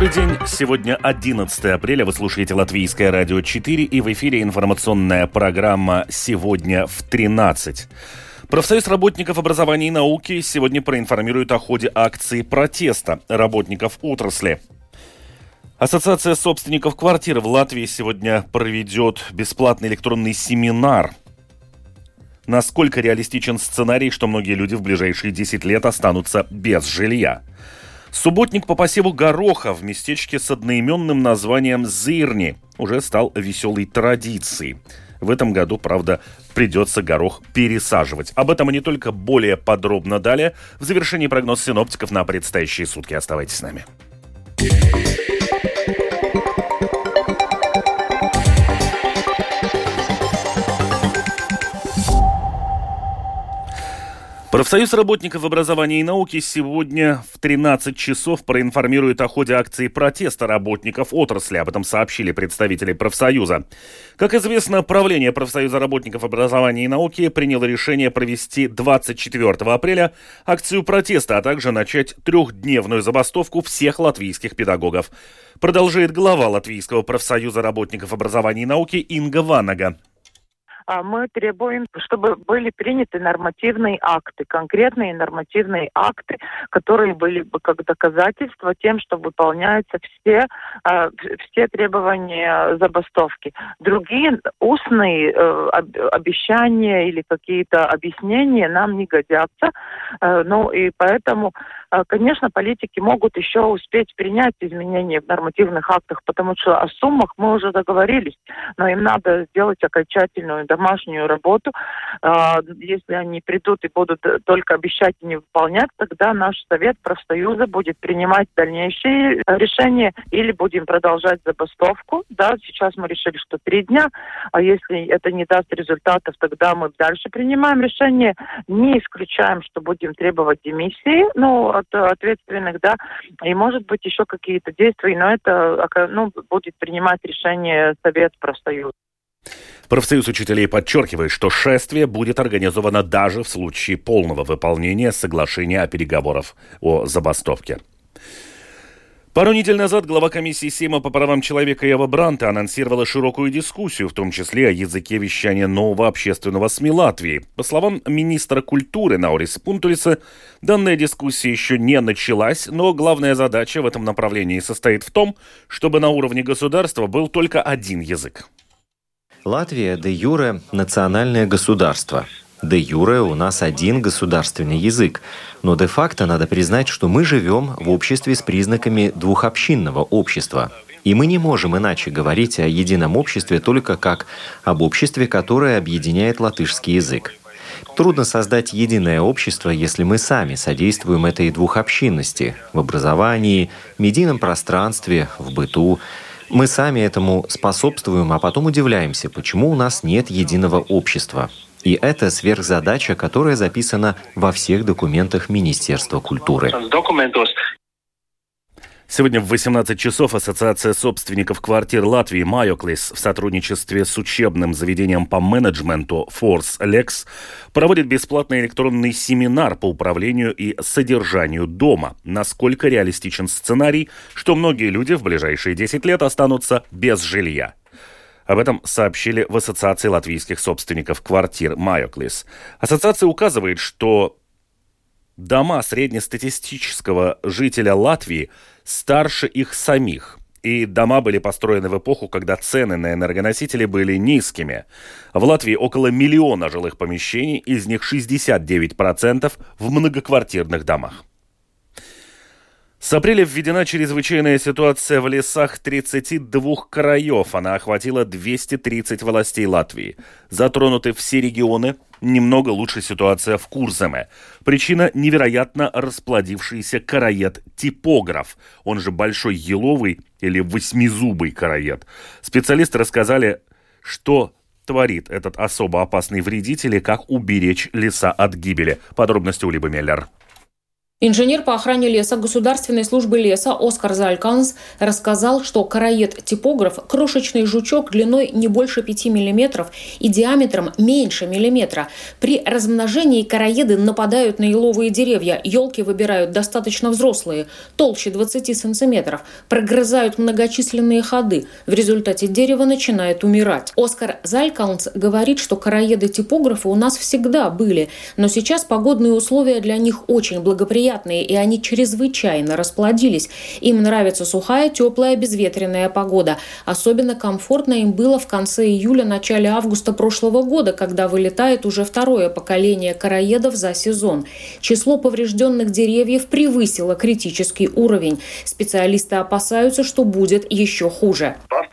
Добрый день. Сегодня 11 апреля. Вы слушаете Латвийское радио 4 и в эфире информационная программа «Сегодня в 13». Профсоюз работников образования и науки сегодня проинформирует о ходе акции протеста работников отрасли. Ассоциация собственников квартир в Латвии сегодня проведет бесплатный электронный семинар. Насколько реалистичен сценарий, что многие люди в ближайшие 10 лет останутся без жилья? Субботник по посеву гороха в местечке с одноименным названием Зырни уже стал веселой традицией. В этом году, правда, придется горох пересаживать. Об этом и не только более подробно далее. В завершении прогноз синоптиков на предстоящие сутки. Оставайтесь с нами. Профсоюз работников образования и науки сегодня в 13 часов проинформирует о ходе акции протеста работников отрасли. Об этом сообщили представители профсоюза. Как известно, правление профсоюза работников образования и науки приняло решение провести 24 апреля акцию протеста, а также начать трехдневную забастовку всех латвийских педагогов. Продолжает глава Латвийского профсоюза работников образования и науки Инга Ванага. Мы требуем, чтобы были приняты нормативные акты, конкретные нормативные акты, которые были бы как доказательство тем, что выполняются все требования забастовки. Другие устные обещания или какие-то объяснения нам не годятся. И поэтому, конечно, политики могут еще успеть принять изменения в нормативных актах, потому что о суммах мы уже договорились, но им надо сделать окончательную домашнюю работу. Если они придут и будут только обещать и не выполнять, тогда наш совет профсоюза будет принимать дальнейшие решения или будем продолжать забастовку. Да, сейчас мы решили, что 3 дня, а если это не даст результатов, тогда мы дальше принимаем решение. Не исключаем, что будем требовать демиссии, от ответственных, да, и может быть еще какие-то действия, но это будет принимать решение совет профсоюза. Профсоюз учителей подчеркивает, что шествие будет организовано даже в случае полного выполнения соглашения о переговорах о забастовке. Пару недель назад глава комиссии Сейма по правам человека Ева Бранте анонсировала широкую дискуссию, в том числе о языке вещания нового общественного СМИ Латвии. По словам министра культуры Наурис Пунтулиса, данная дискуссия еще не началась, но главная задача в этом направлении состоит в том, чтобы на уровне государства был только один язык. Латвия де юре – национальное государство. Де юре у нас один государственный язык. Но де-факто надо признать, что мы живем в обществе с признаками двухобщинного общества. И мы не можем иначе говорить о едином обществе только как об обществе, которое объединяет латышский язык. Трудно создать единое общество, если мы сами содействуем этой двухобщинности в образовании, медийном пространстве, в быту. Мы сами этому способствуем, а потом удивляемся, почему у нас нет единого общества. И это сверхзадача, которая записана во всех документах Министерства культуры. Сегодня в 18 часов Ассоциация собственников квартир Латвии «Майоклис» в сотрудничестве с учебным заведением по менеджменту «Форс Лекс» проводит бесплатный электронный семинар по управлению и содержанию дома. Насколько реалистичен сценарий, что многие люди в ближайшие 10 лет останутся без жилья. Об этом сообщили в Ассоциации латвийских собственников квартир «Майоклис». Ассоциация указывает, что дома среднестатистического жителя Латвии старше их самих. И дома были построены в эпоху, когда цены на энергоносители были низкими. В Латвии около 1 миллиона жилых помещений, из них 69% в многоквартирных домах. С апреля введена чрезвычайная ситуация в лесах 32 краев. Она охватила 230 властей Латвии. Затронуты все регионы. Немного лучше ситуация в Курземе. Причина – невероятно расплодившийся короед-типограф, он же большой еловый или восьмизубый короед. Специалисты рассказали, что творит этот особо опасный вредитель и как уберечь леса от гибели. Подробности у Либы Меллер. Инженер по охране леса Государственной службы леса Оскар Зальканс рассказал, что короед-типограф – крошечный жучок длиной не больше 5 мм и диаметром меньше миллиметра. При размножении короеды нападают на еловые деревья, елки выбирают достаточно взрослые, толще 20 сантиметров, прогрызают многочисленные ходы. В результате дерево начинает умирать. Оскар Зальканс говорит, что короеды-типографы у нас всегда были, но сейчас погодные условия для них очень благоприятные, и они чрезвычайно расплодились. Им нравится сухая, теплая, безветренная погода. Особенно комфортно им было в конце июля, начале августа прошлого года, когда вылетает уже второе поколение короедов за сезон. Число поврежденных деревьев превысило критический уровень. Специалисты опасаются, что будет еще хуже.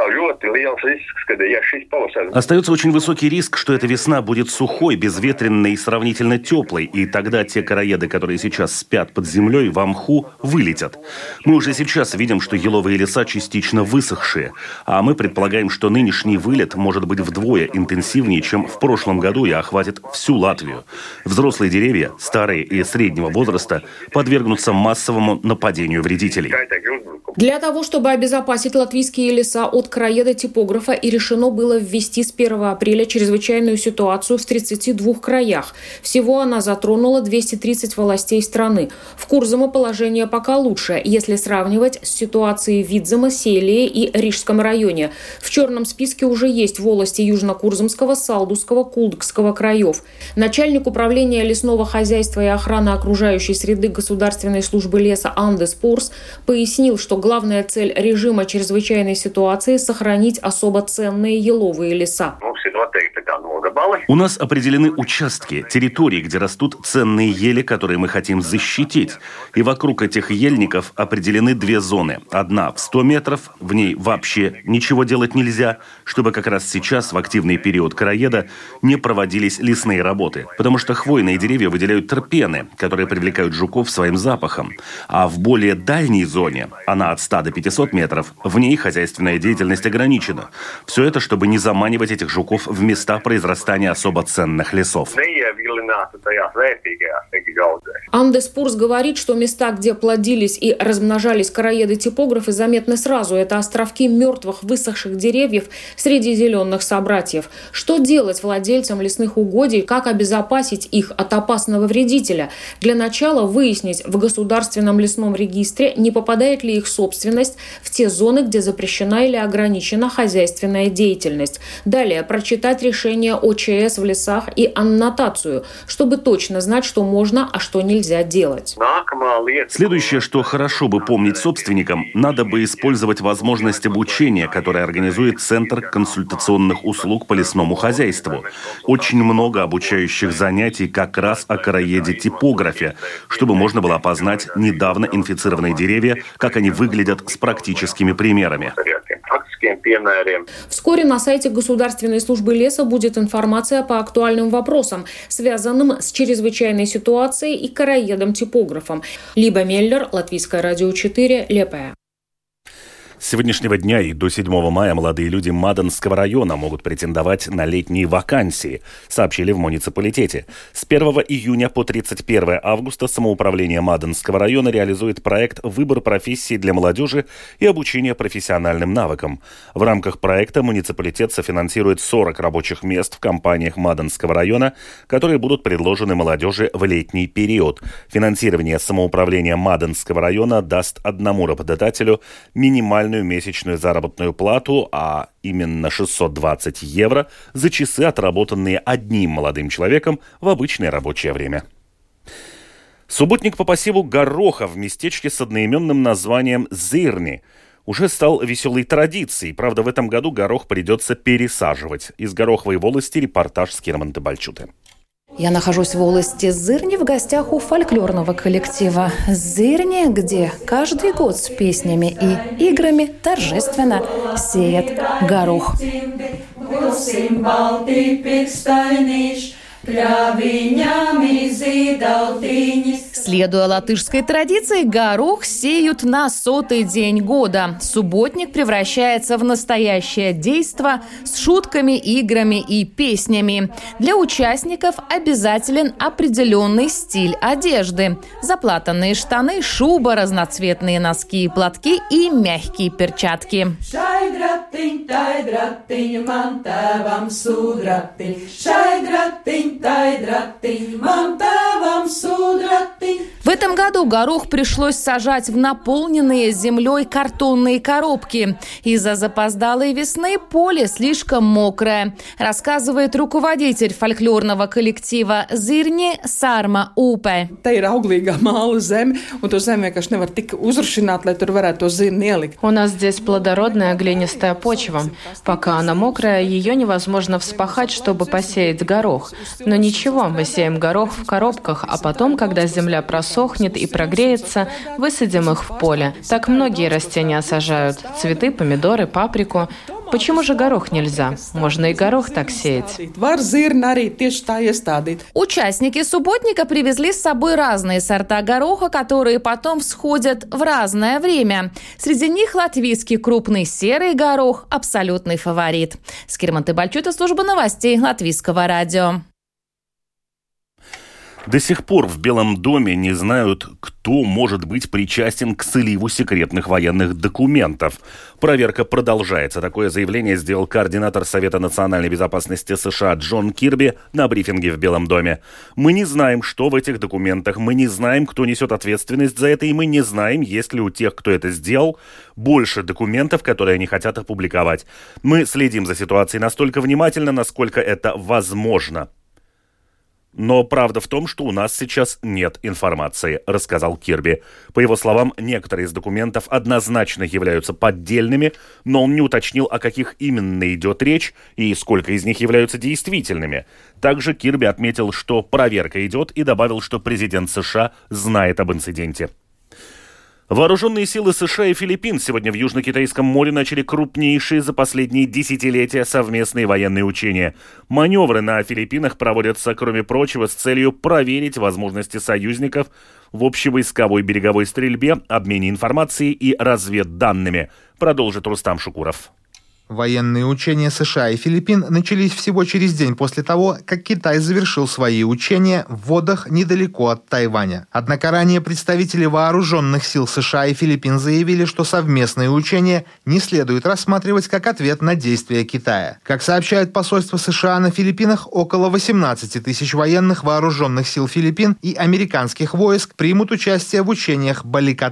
Остается очень высокий риск, что эта весна будет сухой, безветренной и сравнительно теплой, и тогда те короеды, которые сейчас спят под землей в мху, вылетят. Мы уже сейчас видим, что еловые леса частично высохшие, а мы предполагаем, что нынешний вылет может быть вдвое интенсивнее, чем в прошлом году, и охватит всю Латвию. Взрослые деревья, старые и среднего возраста, подвергнутся массовому нападению вредителей. Для того, чтобы обезопасить латвийские леса от короеда-типографа, и решено было ввести с 1 апреля чрезвычайную ситуацию в 32 краях. Всего она затронула 230 властей страны. В Курзаме положение пока лучше, если сравнивать с ситуацией в Видземе, Селии и Рижском районе. В черном списке уже есть волости Южно-Курзамского, Салдусского, Кулдыкского краев. Начальник управления лесного хозяйства и охраны окружающей среды Государственной службы леса Андес Пурс пояснил, что главная цель режима чрезвычайной ситуации – сохранить особо ценные еловые леса. У нас определены участки, территории, где растут ценные ели, которые мы хотим защитить. И вокруг этих ельников определены две зоны. Одна в 100 метров, в ней вообще ничего делать нельзя, чтобы как раз сейчас, в активный период короеда, не проводились лесные работы. Потому что хвойные деревья выделяют терпены, которые привлекают жуков своим запахом. А в более дальней зоне, она от 100 до 500 метров, в ней хозяйственная деятельность ограничена. Все это, чтобы не заманивать этих жуков в места произрастания особо ценных лесов. Андес Пурс говорит, что места, где плодились и размножались короеды-типографы, заметны сразу. Это островки мертвых, высохших деревьев среди зеленых собратьев. Что делать владельцам лесных угодий, как обезопасить их от опасного вредителя? Для начала выяснить в Государственном лесном регистре, не попадает ли их собственность в те зоны, где запрещена или ограничена хозяйственная деятельность. Далее прочитать решение ОЧС в лесах и аннотацию, чтобы точно знать, что можно, а что нельзя делать. Следующее, что хорошо бы помнить собственникам, надо бы использовать возможность обучения, которое организует Центр консультационных услуг по лесному хозяйству. Очень много обучающих занятий как раз о короеде-типографе, чтобы можно было опознать недавно инфицированные деревья, как они выглядят с практическими примерами. Вскоре на сайте Государственной службы леса будет информация по актуальным вопросам, связанным с чрезвычайной ситуацией и короедом-типографом. Либа Меллер, Латвийское радио 4, Лепая. С сегодняшнего дня и до 7 мая молодые люди Маденского района могут претендовать на летние вакансии, сообщили в муниципалитете. С 1 июня по 31 августа самоуправление Маденского района реализует проект «Выбор профессии для молодежи и обучение профессиональным навыкам». В рамках проекта муниципалитет софинансирует 40 рабочих мест в компаниях Маденского района, которые будут предложены молодежи в летний период. Финансирование самоуправления Маденского района даст одному работодателю минимальную месячную заработную плату, а именно 620 евро за часы, отработанные одним молодым человеком в обычное рабочее время. Субботник по посеву гороха в местечке с одноименным названием Зирни уже стал веселой традицией. Правда, в этом году горох придется пересаживать. Из Гороховой волости репортаж с Кирман Табальчуты. Я нахожусь в волости Зырни в гостях у фольклорного коллектива «Зырни», где каждый год с песнями и играми торжественно сеет горох. Следуя латышской традиции, горох сеют на 100-й день года. Субботник превращается в настоящее действо с шутками, играми и песнями. Для участников обязателен определенный стиль одежды. Заплатанные штаны, шуба, разноцветные носки и платки и мягкие перчатки. В этом году горох пришлось сажать в наполненные землей картонные коробки. Из-за запоздалой весны поле слишком мокрое, рассказывает руководитель фольклорного коллектива «Зирни» Сарма Упе. У нас здесь плодородная глинистая почва. Пока она мокрая, ее невозможно вспахать, чтобы посеять горох. Но ничего, мы сеем горох в коробках, а потом, когда земля просохнет и прогреется, высадим их в поле. Так многие растения сажают. Цветы, помидоры, паприку. Почему же горох нельзя? Можно и горох так сеять. Участники субботника привезли с собой разные сорта гороха, которые потом всходят в разное время. Среди них латвийский крупный серый горох – абсолютный фаворит. Скирман Тыбальчута, служба новостей Латвийского радио. До сих пор в Белом доме не знают, кто может быть причастен к сливу секретных военных документов. Проверка продолжается. Такое заявление сделал координатор Совета национальной безопасности США Джон Кирби на брифинге в Белом доме. «Мы не знаем, что в этих документах, мы не знаем, кто несет ответственность за это, и мы не знаем, есть ли у тех, кто это сделал, больше документов, которые они хотят опубликовать. Мы следим за ситуацией настолько внимательно, насколько это возможно». Но правда в том, что у нас сейчас нет информации, рассказал Кирби. По его словам, некоторые из документов однозначно являются поддельными, но он не уточнил, о каких именно идет речь и сколько из них являются действительными. Также Кирби отметил, что проверка идет, и добавил, что президент США знает об инциденте. Вооруженные силы США и Филиппин сегодня в Южно-Китайском море начали крупнейшие за последние десятилетия совместные военные учения. Маневры на Филиппинах проводятся, кроме прочего, с целью проверить возможности союзников в общевойсковой береговой стрельбе, обмене информацией и разведданными, продолжит Рустам Шукуров. Военные учения США и Филиппин начались всего через день после того, как Китай завершил свои учения в водах недалеко от Тайваня. Однако ранее представители вооруженных сил США и Филиппин заявили, что совместные учения не следует рассматривать как ответ на действия Китая. Как сообщает посольство США на Филиппинах, около 18 тысяч военных вооруженных сил Филиппин и американских войск примут участие в учениях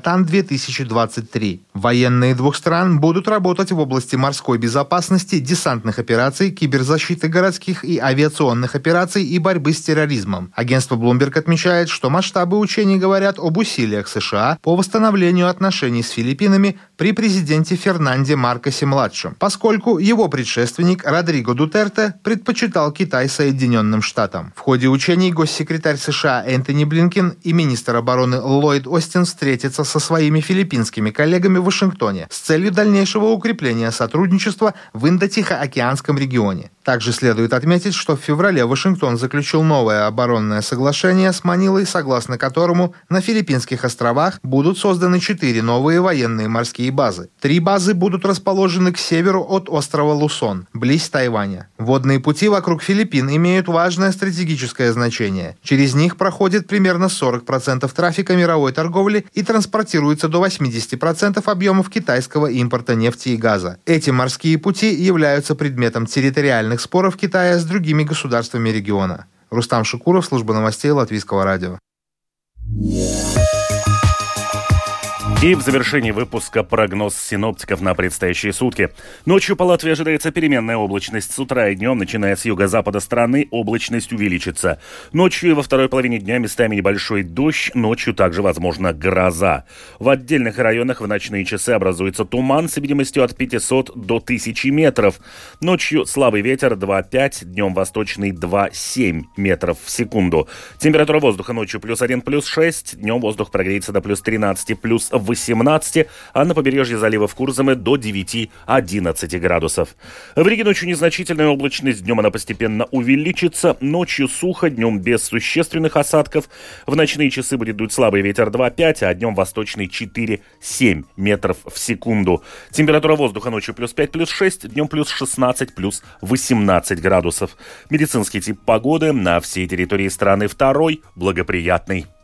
«Баликатан-2023». Военные двух стран будут работать в области морской безопасности, десантных операций, киберзащиты городских и авиационных операций и борьбы с терроризмом. Агентство Bloomberg отмечает, что масштабы учений говорят об усилиях США по восстановлению отношений с Филиппинами при президенте Фернанде Маркосе-младшем, поскольку его предшественник Родриго Дутерте предпочитал Китай Соединенным Штатам. В ходе учений госсекретарь США Энтони Блинкен и министр обороны Ллойд Остин встретятся со своими филиппинскими коллегами в Вашингтоне с целью дальнейшего укрепления сотрудничества в Индо-Тихоокеанском регионе. Также следует отметить, что в феврале Вашингтон заключил новое оборонное соглашение с Манилой, согласно которому на Филиппинских островах будут созданы 4 новые военные морские базы. 3 базы будут расположены к северу от острова Лусон, близ Тайваня. Водные пути вокруг Филиппин имеют важное стратегическое значение. Через них проходит примерно 40% трафика мировой торговли и транспортируется до 80% объемов китайского импорта нефти и газа. Эти морские пути являются предметом территориальных споров Китая с другими государствами региона. Рустам Шукуров, служба новостей Латвийского радио. И в завершении выпуска прогноз синоптиков на предстоящие сутки. Ночью по Латвии ожидается переменная облачность. С утра и днем, начиная с юго-запада страны, облачность увеличится. Ночью и во второй половине дня местами небольшой дождь, ночью также возможна гроза. В отдельных районах в ночные часы образуется туман с видимостью от 500 до 1000 метров. Ночью слабый ветер 2,5, днем восточный 2,7 метров в секунду. Температура воздуха ночью +1, +6, днем воздух прогреется до +13, +8. 18, а на побережье залива в Курзаме до 9-11 градусов. В Риге ночью незначительная облачность, днем она постепенно увеличится. Ночью сухо, днем без существенных осадков. В ночные часы будет дуть слабый ветер 2-5, а днем восточный 4-7 метров в секунду. Температура воздуха ночью +5, +6, днем +16, +18 градусов. Медицинский тип погоды на всей территории страны второй, благоприятный.